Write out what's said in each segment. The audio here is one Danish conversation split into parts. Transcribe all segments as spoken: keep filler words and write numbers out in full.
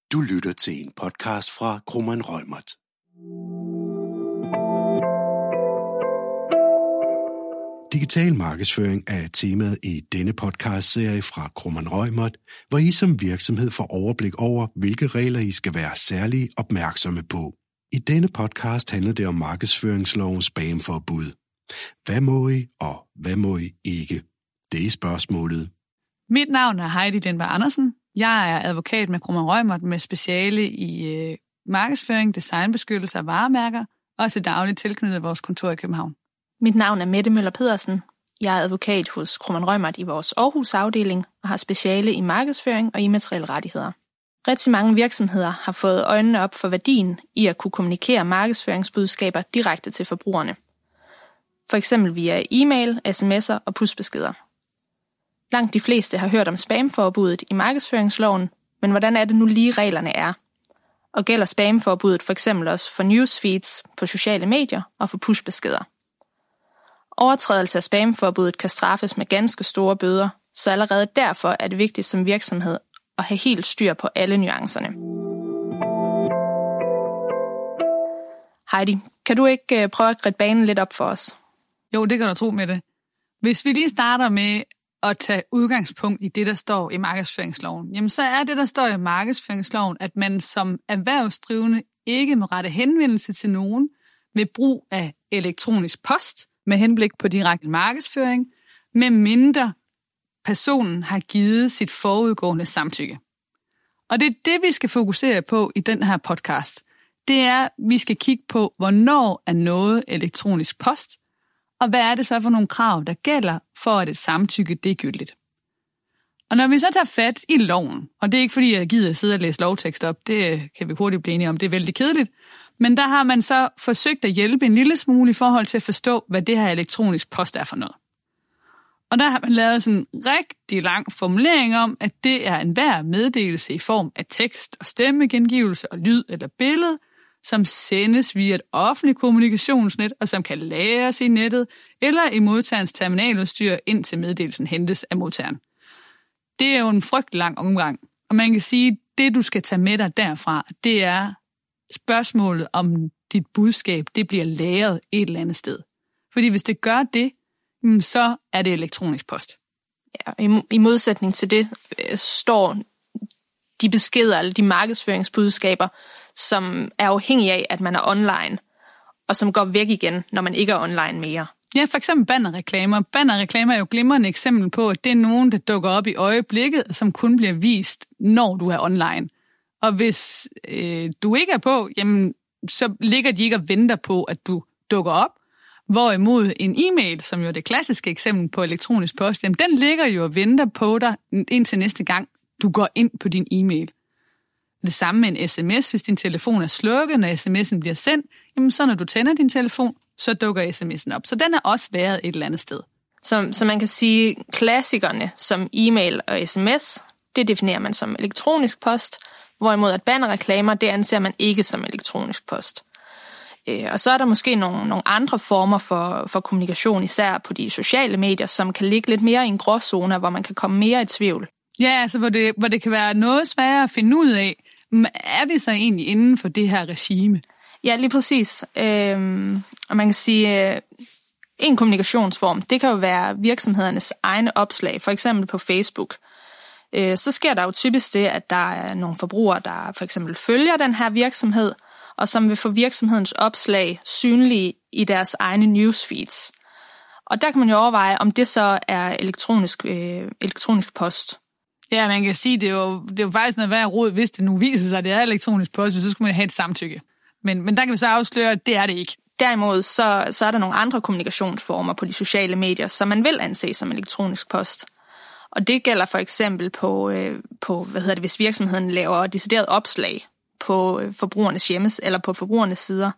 Du lytter til en podcast fra Kromann Reumert. Digital markedsføring er temaet i denne podcastserie fra Kromann Reumert, hvor I som virksomhed får overblik over, hvilke regler I skal være særlig opmærksomme på. I denne podcast handler det om markedsføringslovens spamforbud. Hvad må I, og hvad må I ikke? Det er spørgsmålet. Mit navn er Heidi Denberg Andersen. Jeg er advokat med Kromann Reumert med speciale i øh, markedsføring, designbeskyttelse af varemærker og til dagligt tilknyttet vores kontor i København. Mit navn er Mette Møller Pedersen. Jeg er advokat hos Kromann Reumert i vores Aarhus-afdeling og har speciale i markedsføring og immaterielle rettigheder. Rigtig mange virksomheder har fået øjnene op for værdien i at kunne kommunikere markedsføringsbudskaber direkte til forbrugerne. For eksempel via e-mail, sms'er og pushbeskeder. Langt de fleste har hørt om spamforbuddet i markedsføringsloven, men hvordan er det nu lige reglerne er? Og gælder spamforbuddet for eksempel også for newsfeeds på sociale medier og for pushbeskeder? Overtrædelse af spamforbuddet kan straffes med ganske store bøder, så allerede derfor er det vigtigt som virksomhed at have helt styr på alle nuancerne. Heidi, kan du ikke prøve at kridte banen lidt op for os? Jo, det kan du tro med det. Hvis vi lige starter med at tage udgangspunkt i det, der står i markedsføringsloven, jamen så er det, der står i markedsføringsloven, at man som erhvervsdrivende ikke må rette henvendelse til nogen ved brug af elektronisk post med henblik på direkte markedsføring, medmindre personen har givet sit forudgående samtykke. Og det er det, vi skal fokusere på i den her podcast. Det er, at vi skal kigge på, hvornår er noget elektronisk post, og hvad er det så for nogle krav, der gælder for, at et samtykke det er gyldigt. Og når vi så tager fat i loven, og det er ikke fordi, jeg gider at sidde og læse lovtekst op, det kan vi hurtigt blive enige om, det er vældig kedeligt, men der har man så forsøgt at hjælpe en lille smule i forhold til at forstå, hvad det her elektronisk post er for noget. Og der har man lavet sådan en rigtig lang formulering om, at det er enhver meddelelse i form af tekst og stemmegengivelse og lyd eller billede, som sendes via et offentligt kommunikationsnet, og som kan lagres i nettet eller i modtagerens terminaludstyr, indtil meddelelsen hentes af modtageren. Det er jo en frygtelig lang omgang, og man kan sige, at det, du skal tage med dig derfra, det er spørgsmålet, om dit budskab det bliver lagret et eller andet sted. Fordi hvis det gør det, så er det elektronisk post. Ja, i, i modsætning til det øh, står de beskeder eller de markedsføringsbudskaber, som er afhængige af, at man er online, og som går væk igen, når man ikke er online mere. Ja, for eksempel bannerreklamer. Bannerreklamer er jo glimrende eksempel på, at det er nogen, der dukker op i øjeblikket, som kun bliver vist, når du er online. Og hvis øh, du ikke er på, jamen, så ligger de ikke og venter på, at du dukker op. Hvorimod en e-mail, som jo er det klassiske eksempel på elektronisk post, jamen, den ligger jo og venter på dig indtil næste gang, du går ind på din e-mail. Det samme med en sms, hvis din telefon er slukket, når sms'en bliver sendt, jamen så når du tænder din telefon, så dukker sms'en op. Så den er også været et eller andet sted. Så, så man kan sige, klassikerne som e-mail og sms, det definerer man som elektronisk post, hvorimod at bannerreklamer, det anser man ikke som elektronisk post. Og så er der måske nogle, nogle andre former for, for kommunikation, især på de sociale medier, som kan ligge lidt mere i en gråzone, hvor man kan komme mere i tvivl. Ja, altså hvor det, hvor det kan være noget sværere at finde ud af, er vi så egentlig inden for det her regime? Ja, lige præcis. Øhm, og man kan sige, øh, en kommunikationsform, det kan jo være virksomhedernes egne opslag, for eksempel på Facebook. Øh, så sker der jo typisk det, at der er nogle forbrugere, der for eksempel følger den her virksomhed, og som vil få virksomhedens opslag synlige i deres egne newsfeeds. Og der kan man jo overveje, om det så er elektronisk, øh, elektronisk post. Ja, man kan sige, det er jo, det er jo faktisk noget værd råd, hvis det nu viser sig, at det er elektronisk post, så skulle man have et samtykke. Men, men der kan vi så afsløre, at det er det ikke. Derimod så, så er der nogle andre kommunikationsformer på de sociale medier, som man vil anse som elektronisk post. Og det gælder for eksempel på, øh, på hvad hedder det, hvis virksomheden laver decideret opslag på forbrugernes hjemmes eller på forbrugernes sider.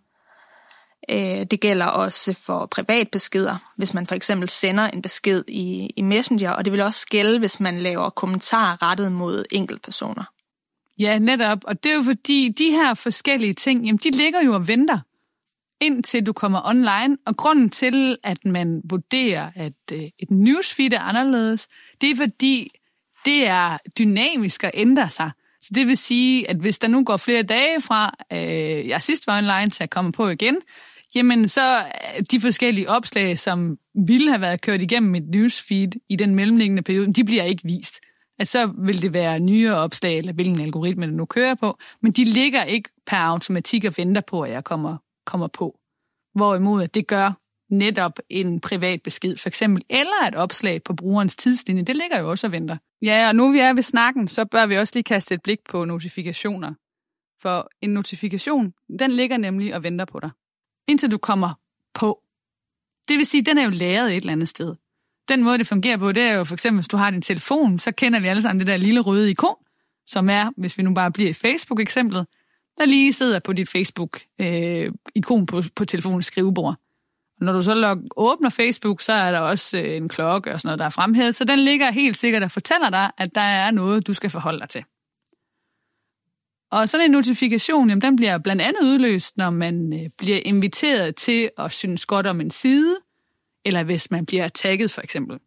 Det gælder også for privatbeskeder, hvis man for eksempel sender en besked i, i Messenger, og det vil også gælde, hvis man laver kommentarer rettet mod enkeltpersoner. Ja, netop. Og det er jo fordi, de her forskellige ting, jamen de ligger jo og venter, indtil du kommer online. Og grunden til, at man vurderer, at et newsfeed er anderledes, det er fordi, det er dynamisk at ændre sig. Så det vil sige, at hvis der nu går flere dage fra, øh, jeg sidst var online til at komme på igen, jamen så de forskellige opslag, som ville have været kørt igennem mit newsfeed i den mellemliggende periode, de bliver ikke vist. At så vil det være nyere opslag, eller hvilken algoritme det nu kører på, men de ligger ikke per automatik og venter på, at jeg kommer, kommer på. Hvorimod at det gør netop en privat besked, for eksempel, eller et opslag på brugerens tidslinje, det ligger jo også og venter. Ja, og nu vi er ved snakken, så bør vi også lige kaste et blik på notifikationer. For en notifikation, den ligger nemlig og venter på dig, indtil du kommer på. Det vil sige, den er jo lagret et eller andet sted. Den måde, det fungerer på, det er jo for eksempel, hvis du har din telefon, så kender vi alle sammen det der lille røde ikon, som er, hvis vi nu bare bliver i Facebook-eksemplet, der lige sidder på dit Facebook-ikon øh, på, på telefonens skrivebord. Og når du så log, åbner Facebook, så er der også øh, en klokke og sådan noget, der er fremhævet, så den ligger helt sikkert og fortæller dig, at der er noget, du skal forholde dig til. Og sådan en notifikation, jamen, den bliver blandt andet udløst, når man øh, bliver inviteret til at synes godt om en side, eller hvis man bliver tagget for eksempel.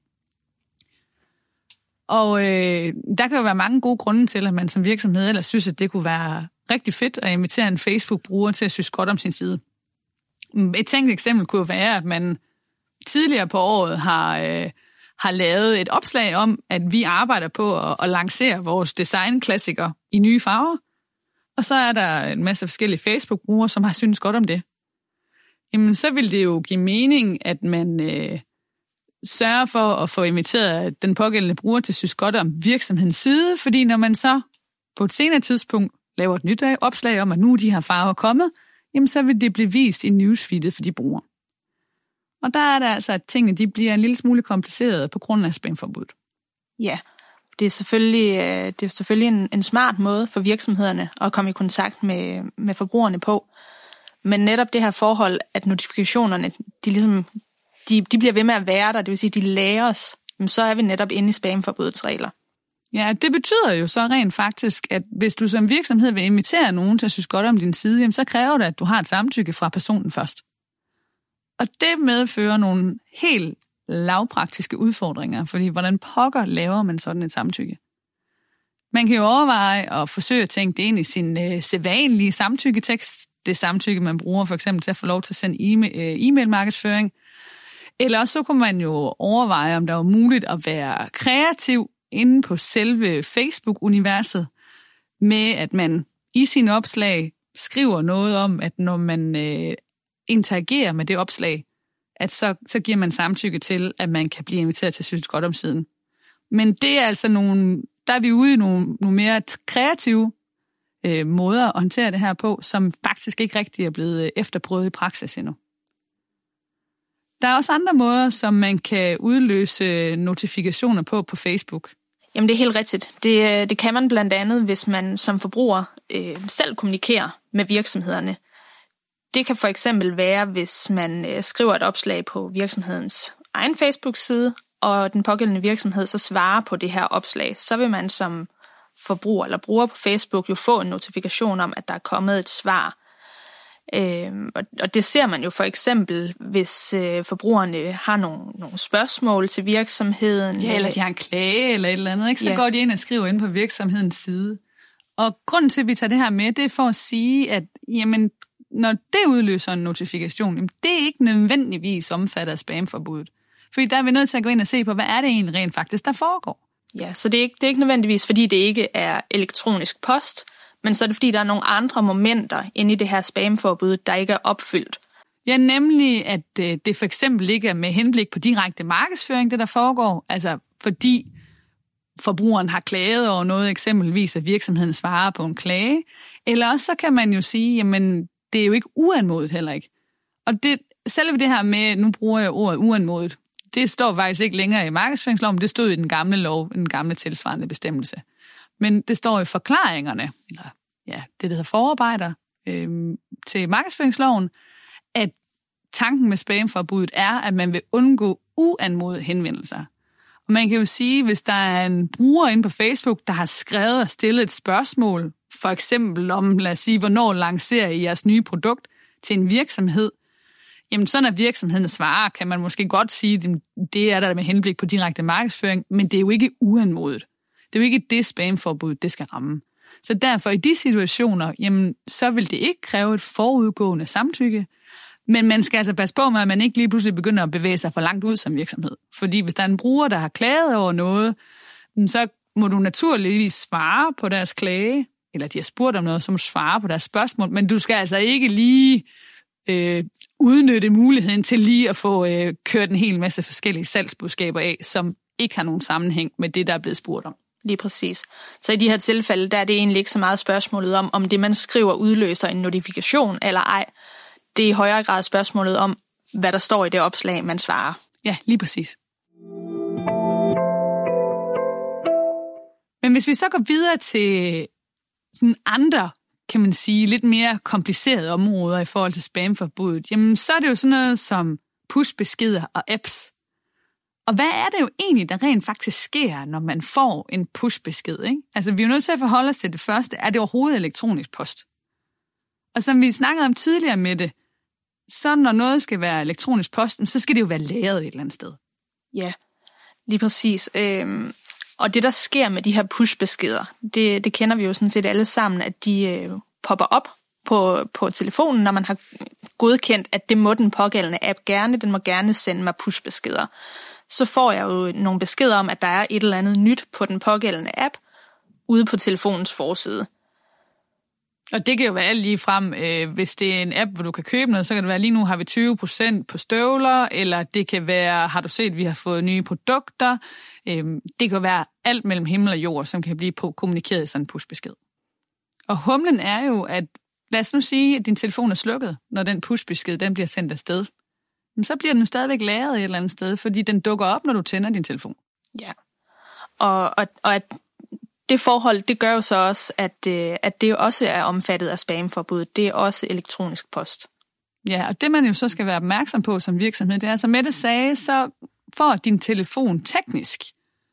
Og øh, der kan jo være mange gode grunde til, at man som virksomhed ellers synes, at det kunne være rigtig fedt at invitere en Facebook-bruger til at synes godt om sin side. Et tænkt eksempel kunne være, at man tidligere på året har, øh, har lavet et opslag om, at vi arbejder på at, at lancere vores designklassikere i nye farver. Og så er der en masse forskellige Facebook-brugere, som har synes godt om det. Jamen, så vil det jo give mening, at man øh, sørger for at få inviteret den pågældende bruger til at synes godt om virksomhedens side, fordi når man så på et senere tidspunkt laver et nyt opslag om, at nu de her farver kommet, jamen så vil det blive vist i newsfeedet for de brugere. Og der er der altså, at tingene de bliver en lille smule komplicerede på grund af spamforbuddet. Ja, det er selvfølgelig, det er selvfølgelig en, en smart måde for virksomhederne at komme i kontakt med, med forbrugerne på. Men netop det her forhold, at notifikationerne, de, ligesom, de, de bliver ved med at være der, det vil sige, de lagres, så er vi netop inde i spamforbudets regler. Ja, det betyder jo så rent faktisk, at hvis du som virksomhed vil invitere nogen til at synes godt om din side, jamen så kræver det, at du har et samtykke fra personen først. Og det medfører nogle helt lavpraktiske udfordringer, fordi hvordan pokker laver man sådan et samtykke? Man kan jo overveje at forsøge at tænke det ind i sin øh, sædvanlige samtykketekst, det samtykke, man bruger for eksempel til at få lov til at sende e-mail-markedsføring. Eller også så kunne man jo overveje, om der var muligt at være kreativ inde på selve Facebook-universet, med at man i sine opslag skriver noget om, at når man øh, interagerer med det opslag, at så, så giver man samtykke til, at man kan blive inviteret til at synes godt om siden. Men det er altså nogle, der er vi ude i nogle, nogle mere kreative øh, måder at håndtere det her på, som faktisk ikke rigtig er blevet efterprøvet i praksis endnu. Der er også andre måder, som man kan udløse notifikationer på på Facebook. Jamen det er helt rigtigt. Det, det kan man blandt andet, hvis man som forbruger øh, selv kommunikerer med virksomhederne. Det kan for eksempel være, hvis man øh, skriver et opslag på virksomhedens egen Facebook-side, og den pågældende virksomhed så svarer på det her opslag, så vil man som forbruger eller bruger på Facebook jo få en notifikation om, at der er kommet et svar. Øhm, og, og det ser man jo for eksempel, hvis øh, forbrugerne har nogle, nogle spørgsmål til virksomheden. Ja, eller de har en klage eller et eller andet, ikke? Så ja. går de ind og skriver ind på virksomhedens side. Og grunden til, at vi tager det her med, det er for at sige, at jamen, når det udløser en notifikation, jamen, det er ikke nødvendigvis omfattet af spamforbuddet. Fordi der er vi nødt til at gå ind og se på, hvad er det egentlig rent faktisk, der foregår. Ja, så det er ikke, det er ikke nødvendigvis, fordi det ikke er elektronisk post, men så er det, fordi der er nogle andre momenter inde i det her spamforbud, der ikke er opfyldt. Ja, nemlig, at det for eksempel ikke er med henblik på direkte markedsføring, det der foregår. Altså, fordi forbrugeren har klaget over noget, eksempelvis at virksomheden svarer på en klage. Eller også så kan man jo sige, jamen, det er jo ikke uanmodet heller ikke. Og det, selve det her med, nu bruger jeg ordet uanmodet, det står faktisk ikke længere i markedsføringsloven, det stod i den gamle lov, den gamle tilsvarende bestemmelse. Men det står i forklaringerne, eller ja, det der hedder forarbejder øh, til markedsføringsloven, at tanken med spamforbuddet er, at man vil undgå uanmodede henvendelser. Og man kan jo sige, hvis der er en bruger inde på Facebook, der har skrevet og stillet et spørgsmål, for eksempel om, lad os sige, hvornår lancerer I jeres nye produkt til en virksomhed, jamen så når virksomheden svarer, kan man måske godt sige, at det er der med henblik på direkte markedsføring, men det er jo ikke uanmodet. Det er jo ikke det spamforbud, det skal ramme. Så derfor i de situationer, jamen, så vil det ikke kræve et forudgående samtykke, men man skal altså passe på med, at man ikke lige pludselig begynder at bevæge sig for langt ud som virksomhed. Fordi hvis der er en bruger, der har klaget over noget, så må du naturligvis svare på deres klage, eller de har spurgt om noget, så må du svare på deres spørgsmål, men du skal altså ikke lige øh, udnytte muligheden til lige at få øh, kørt en hel masse forskellige salgsbudskaber af, som ikke har nogen sammenhæng med det, der er blevet spurgt om. Lige præcis. Så i de her tilfælde, der er det egentlig ikke så meget spørgsmålet om, om det, man skriver, udløser en notifikation eller ej. Det er i højere grad spørgsmålet om, hvad der står i det opslag, man svarer. Ja, lige præcis. Men hvis vi så går videre til sådan andre, kan man sige, lidt mere komplicerede områder i forhold til spamforbuddet, jamen så er det jo sådan noget som pushbeskeder og apps. Og hvad er det jo egentlig, der rent faktisk sker, når man får en pushbesked, ikke? Altså, vi er jo nødt til at forholde os til det første. Er det overhovedet elektronisk post? Og som vi snakkede om tidligere med det, så når noget skal være elektronisk post, så skal det jo være lagret et eller andet sted. Ja, lige præcis. Øhm, og det, der sker med de her pushbeskeder, det, det kender vi jo sådan set alle sammen, at de øh, popper op på, på telefonen, når man har godkendt, at det må den pågældende app gerne. Den må gerne sende mig pushbeskeder. Så får jeg jo nogle beskeder om, at der er et eller andet nyt på den pågældende app, ude på telefonens forside. Og det kan jo være alt lige frem, øh, hvis det er en app, hvor du kan købe noget, så kan det være, lige nu har vi tyve procent på støvler, eller det kan være, har du set, vi har fået nye produkter. Øh, det kan være alt mellem himmel og jord, som kan blive på kommunikeret i sådan en pushbesked. Og humlen er jo, at lad os nu sige, at din telefon er slukket, når den pushbesked den bliver sendt afsted. Men så bliver den jo stadigvæk lagret et eller andet sted, fordi den dukker op, når du tænder din telefon. Ja, og, og, og at det forhold, det gør jo så også, at, at det også er omfattet af spamforbuddet. Det er også elektronisk post. Ja, og det man jo så skal være opmærksom på som virksomhed, det er, altså Mette sagde, så for at din telefon teknisk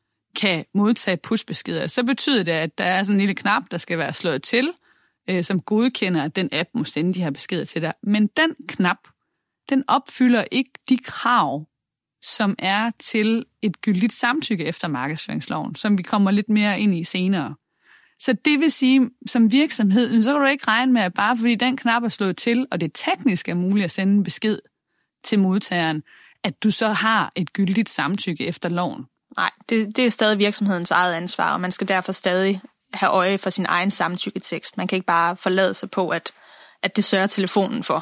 kan modtage pushbeskeder, så betyder det, at der er sådan en lille knap, der skal være slået til, øh, som godkender, at den app må sende de her beskeder til dig. Men den knap, den opfylder ikke de krav, som er til et gyldigt samtykke efter markedsføringsloven, som vi kommer lidt mere ind i senere. Så det vil sige, som virksomhed, så kan du ikke regne med, at bare fordi den knap er slået til, og det teknisk er muligt at sende en besked til modtageren, at du så har et gyldigt samtykke efter loven. Nej, det, det er stadig virksomhedens eget ansvar, og man skal derfor stadig have øje for sin egen samtykketekst. Man kan ikke bare forlade sig på, at, at det sørger telefonen for.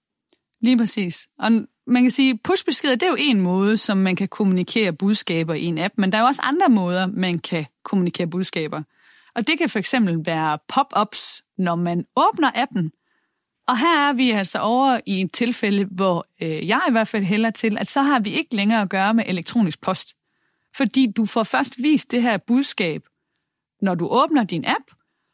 Lige præcis. Og man kan sige, pushbeskeder, det er jo en måde, som man kan kommunikere budskaber i en app, men der er jo også andre måder, man kan kommunikere budskaber. Og det kan for eksempel være pop-ups, når man åbner appen. Og her er vi altså over i et tilfælde, hvor øh, jeg i hvert fald hælder til, at så har vi ikke længere at gøre med elektronisk post. Fordi du får først vist det her budskab, når du åbner din app,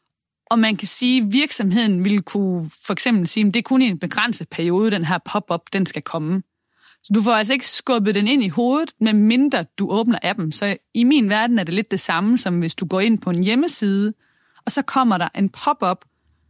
og man kan sige, at virksomheden vil kunne for eksempel sige, at det er kun i en begrænset periode, den her pop-up, den skal komme. Så du får altså ikke skubbet den ind i hovedet, medmindre du åbner appen. Så i min verden er det lidt det samme, som hvis du går ind på en hjemmeside, og så kommer der en pop-up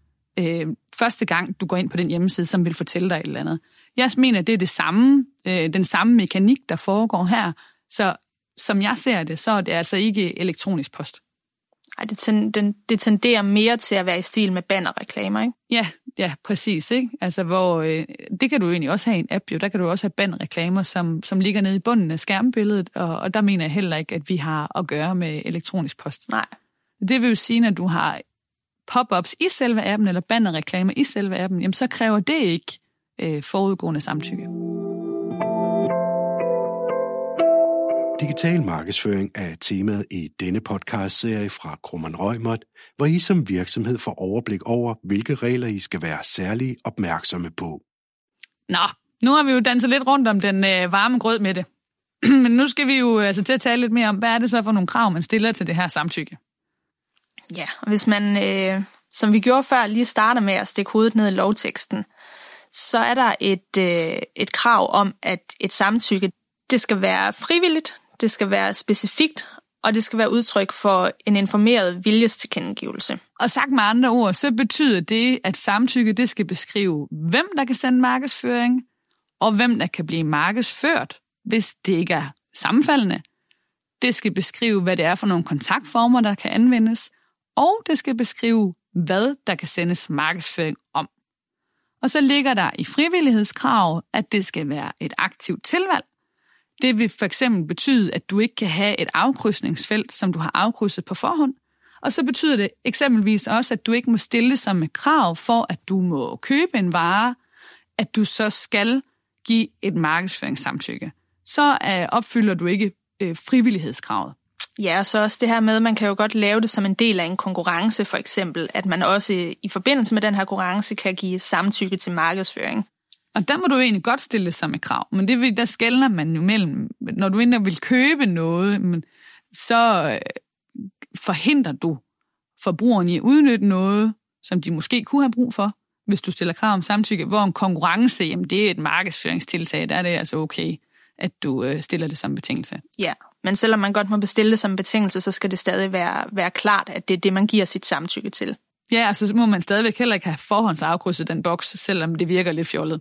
øh, første gang, du går ind på den hjemmeside, som vil fortælle dig et eller andet. Jeg mener, det er det samme, øh, den samme mekanik, der foregår her. Så som jeg ser det, så er det altså ikke elektronisk post. Ej, det, ten, den, det tenderer mere til at være i stil med bannerreklamer, ikke? Ja, ja, præcis, ikke? Altså, hvor, øh, det kan du egentlig også have i en app, jo. Der kan du også have bannerreklamer, som, som ligger nede i bunden af skærmbilledet, og, og der mener jeg heller ikke, at vi har at gøre med elektronisk post. Nej. Det vil jo sige, at du har pop-ups i selve appen, eller bannerreklamer i selve appen, jamen så kræver det ikke øh, forudgående samtykke. Digital markedsføring er temaet i denne podcast-serie fra Kromann Reumert, hvor I som virksomhed får overblik over, hvilke regler I skal være særlig opmærksomme på. Nå, nu har vi jo danset lidt rundt om den øh, varme grød med det. Men nu skal vi jo altså til at tale lidt mere om, hvad er det så for nogle krav, man stiller til det her samtykke? Ja, og hvis man, øh, som vi gjorde før, lige starter med at stikke hovedet ned i lovteksten, så er der et, øh, et krav om, at et samtykke, det skal være frivilligt, det skal være specifikt, og det skal være udtryk for en informeret viljestilkendegivelse. Og sagt med andre ord, så betyder det, at samtykke det skal beskrive, hvem der kan sende markedsføring, og hvem der kan blive markedsført, hvis det ikke er sammenfaldende. Det skal beskrive, hvad det er for nogle kontaktformer, der kan anvendes, og det skal beskrive, hvad der kan sendes markedsføring om. Og så ligger der i frivillighedskravet, at det skal være et aktivt tilvalg. Det vil for eksempel betyde, at du ikke kan have et afkrydsningsfelt, som du har afkrydset på forhånd. Og så betyder det eksempelvis også, at du ikke må stille sig med krav for, at du må købe en vare, at du så skal give et markedsføringssamtykke. Så øh, opfylder du ikke øh, frivillighedskravet. Ja, og så også det her med, at man kan jo godt lave det som en del af en konkurrence, for eksempel, at man også i forbindelse med den her konkurrence kan give samtykke til markedsføring. Og der må du egentlig godt stille det som et krav, men det, der skelner man jo mellem, når du egentlig vil købe noget, så forhindrer du forbrugeren i at udnytte noget, som de måske kunne have brug for, hvis du stiller krav om samtykke, hvor en konkurrence, jamen det er et markedsføringstiltag, der er det altså okay, at du stiller det som betingelse. Ja, men selvom man godt må bestille det som betingelse, så skal det stadig være, være klart, at det er det, man giver sit samtykke til. Ja, altså så må man stadigvæk heller ikke have forhåndsafkrydset den boks, selvom det virker lidt fjollet.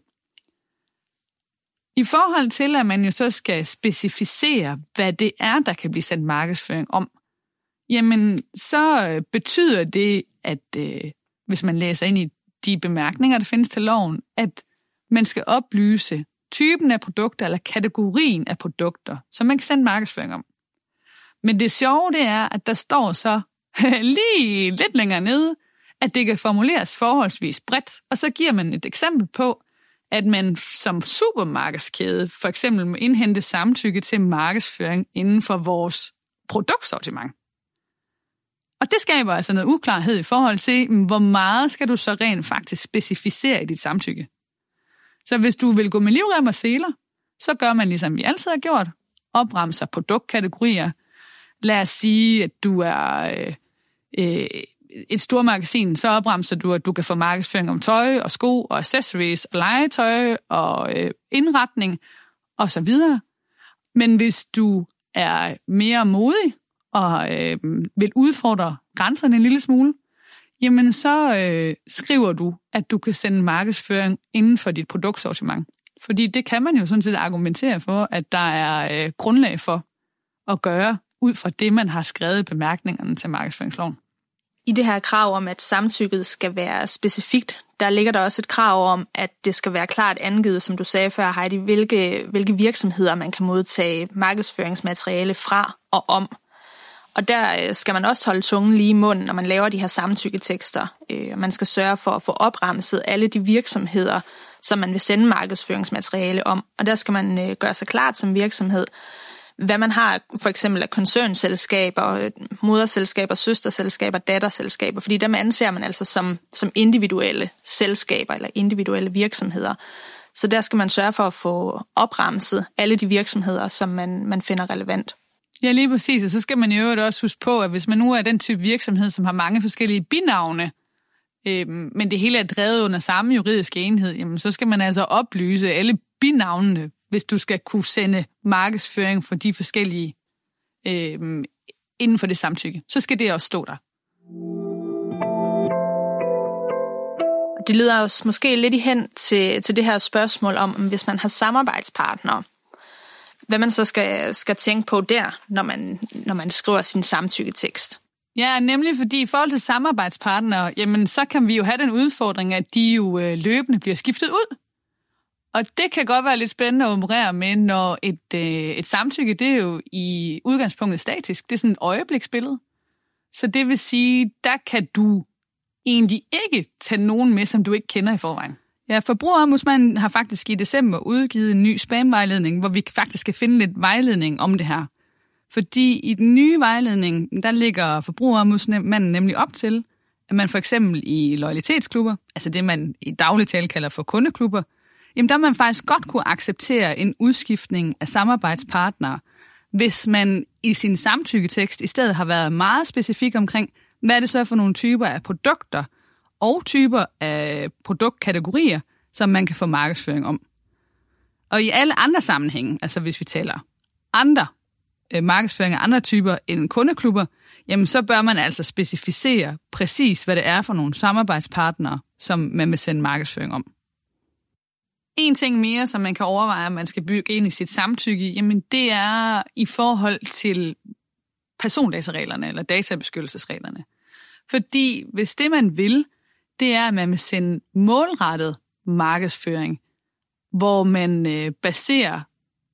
I forhold til, at man jo så skal specificere, hvad det er, der kan blive sendt markedsføring om, jamen så betyder det, at øh, hvis man læser ind i de bemærkninger, der findes til loven, at man skal oplyse typen af produkter eller kategorien af produkter, som man kan sende markedsføring om. Men det sjove, det er, at der står så lige lidt længere nede, at det kan formuleres forholdsvis bredt, og så giver man et eksempel på, at man som supermarkedskæde for eksempel må indhente samtykke til markedsføring inden for vores produktsortiment. Og det skaber altså noget uklarhed i forhold til, hvor meget skal du så rent faktisk specificere i dit samtykke. Så hvis du vil gå med livrem og seler, så gør man ligesom vi altid har gjort, opremser produktkategorier. Lad os sige, at du er øh, øh, et stormagasin, så opremser du, at du kan få markedsføring om tøj og sko og accessories og legetøj og øh, indretning og så videre. Men hvis du er mere modig og øh, vil udfordre grænserne en lille smule, jamen så øh, skriver du, at du kan sende markedsføring inden for dit produktsortiment. Fordi det kan man jo sådan set argumentere for, at der er øh, grundlag for at gøre ud fra det, man har skrevet i bemærkningerne til markedsføringsloven. I det her krav om, at samtykket skal være specifikt, der ligger der også et krav om, at det skal være klart angivet, som du sagde før, Heidi, hvilke, hvilke virksomheder man kan modtage markedsføringsmateriale fra og om. Og der skal man også holde tungen lige i munden, når man laver de her samtykketekster. Man skal sørge for at få opremset alle de virksomheder, som man vil sende markedsføringsmateriale om. Og der skal man gøre sig klart som virksomhed, hvad man har for eksempel af koncernselskaber, moderselskaber, søsterselskaber, datterselskaber, fordi dem anser man altså som, som individuelle selskaber eller individuelle virksomheder. Så der skal man sørge for at få opremset alle de virksomheder, som man, man finder relevant. Ja, lige præcis. Og så skal man jo også huske på, at hvis man nu er den type virksomhed, som har mange forskellige binavne, øh, men det hele er drevet under samme juridiske enhed, jamen, så skal man altså oplyse alle binavnene, hvis du skal kunne sende markedsføring for de forskellige øh, inden for det samtykke. Så skal det også stå der. Det leder os måske lidt hen til, til det her spørgsmål om, hvis man har samarbejdspartnere, hvad man så skal, skal tænke på der, når man, når man skriver sin samtykketekst. Ja, nemlig fordi i forhold til samarbejdspartnere, jamen så kan vi jo have den udfordring, at de jo øh, løbende bliver skiftet ud. Og det kan godt være lidt spændende at operere med, når et, øh, et samtykke, det er jo i udgangspunktet statisk. Det er sådan et øjebliksbillede. Så det vil sige, der kan du egentlig ikke tage nogen med, som du ikke kender i forvejen. Ja, Forbrugerombudsmanden har faktisk i december udgivet en ny spamvejledning, hvor vi faktisk kan finde lidt vejledning om det her. Fordi i den nye vejledning, der ligger Forbrugerombudsmanden nemlig op til, at man for eksempel i loyalitetsklubber, altså det man i daglig tale kalder for kundeklubber, jamen der man faktisk godt kunne acceptere en udskiftning af samarbejdspartnere, hvis man i sin samtykketekst i stedet har været meget specifik omkring, hvad er det så for nogle typer af produkter og typer af produktkategorier, som man kan få markedsføring om. Og i alle andre sammenhænge, altså hvis vi taler andre øh, markedsføring af andre typer end kundeklubber, jamen så bør man altså specificere præcis, hvad det er for nogle samarbejdspartnere, som man vil sende markedsføring om. En ting mere, som man kan overveje, at man skal bygge ind i sit samtykke, jamen det er i forhold til persondatareglerne eller databeskyttelsesreglerne. Fordi hvis det, man vil, det er, at man vil sende målrettet markedsføring, hvor man øh, baserer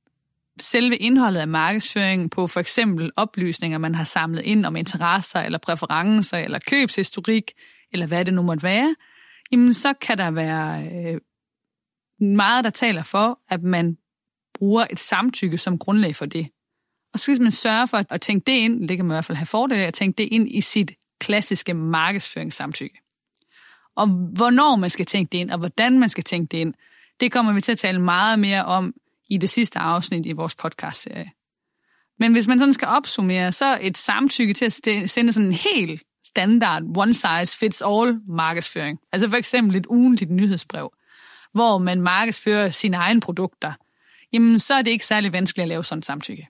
selve indholdet af markedsføringen på for eksempel oplysninger, man har samlet ind om interesser eller præferencer eller købshistorik, eller hvad det nu måtte være, jamen så kan der være øh, meget, der taler for, at man bruger et samtykke som grundlag for det. Og så skal man sørge for at tænke det ind, det kan man i hvert fald have fordel af, at tænke det ind i sit klassiske markedsføringssamtykke. Og hvornår man skal tænke det ind, og hvordan man skal tænke det ind, det kommer vi til at tale meget mere om i det sidste afsnit i vores podcastserie. Men hvis man sådan skal opsummere, så et samtykke til at sende sådan en helt standard one size fits all markedsføring. Altså for eksempel et ugentligt nyhedsbrev, hvor man markedsfører sine egne produkter. Jamen så er det ikke særlig vanskeligt at lave sådan et samtykke.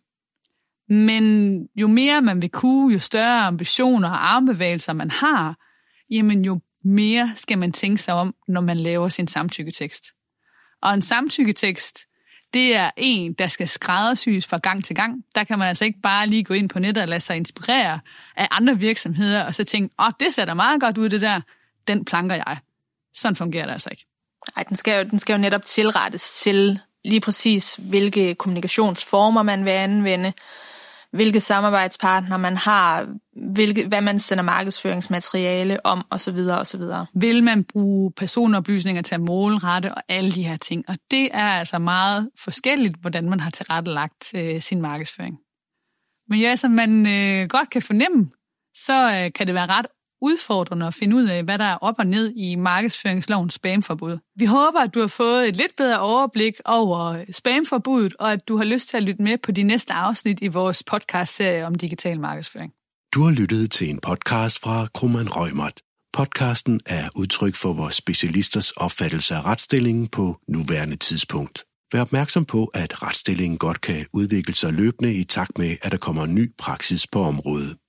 Men jo mere man vil kunne, jo større ambitioner og armbevægelser man har, jamen jo mere skal man tænke sig om, når man laver sin samtykketekst. Og en samtykketekst, det er en, der skal skræddersys fra gang til gang. Der kan man altså ikke bare lige gå ind på nettet og lade sig inspirere af andre virksomheder, og så tænke, åh, det ser da meget godt ud, det der. Den planker jeg. Sådan fungerer det altså ikke. Nej, den skal jo, den skal jo netop tilrettes til lige præcis, hvilke kommunikationsformer man vil anvende, hvilke samarbejdspartnere man har, hvilke, hvad man sender markedsføringsmateriale om, osv. osv. Vil man bruge personoplysninger til at målrette og alle de her ting? Og det er altså meget forskelligt, hvordan man har tilrettelagt øh, sin markedsføring. Men ja, som man øh, godt kan fornemme, så øh, kan det være ret udfordrende at finde ud af, hvad der er op og ned i markedsføringslovens spamforbud. Vi håber, at du har fået et lidt bedre overblik over spamforbuddet, og at du har lyst til at lytte med på de næste afsnit i vores podcastserie om digital markedsføring. Du har lyttet til en podcast fra Kromann Reumert. Podcasten er udtryk for vores specialisters opfattelse af retsstillingen på nuværende tidspunkt. Vær opmærksom på, at retsstillingen godt kan udvikle sig løbende i takt med, at der kommer ny praksis på området.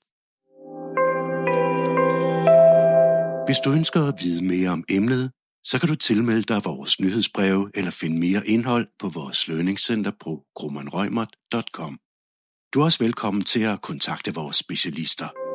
Hvis du ønsker at vide mere om emnet, så kan du tilmelde dig vores nyhedsbreve eller finde mere indhold på vores learningcenter på kromann reumert punktum com. Du er også velkommen til at kontakte vores specialister.